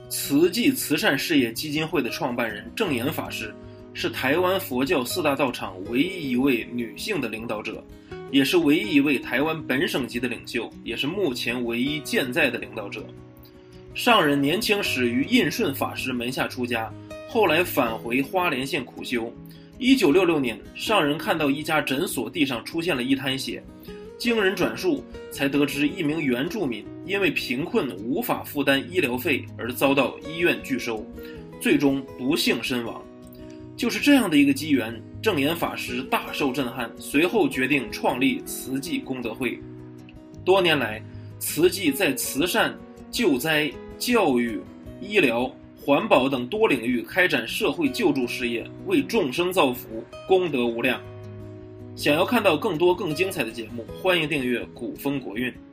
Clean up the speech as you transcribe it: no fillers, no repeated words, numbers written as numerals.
慈济慈善事业基金会的创办人证严法师，是台湾佛教四大道场唯一一位女性的领导者，也是唯一一位台湾本省级的领袖，也是目前唯一健在的领导者。上人年轻时于印顺法师门下出家，后来返回花莲县苦修。1966年，上人看到一家诊所地上出现了一滩血，经人转述才得知一名原住民因为贫困无法负担医疗费而遭到医院拒收，最终不幸身亡。就是这样的一个机缘，证严法师大受震撼，随后决定创立慈济功德会。多年来，慈济在慈善、救灾、教育、医疗、环保等多领域开展社会救助事业，为众生造福，功德无量。想要看到更多更精彩的节目，欢迎订阅古风国韵。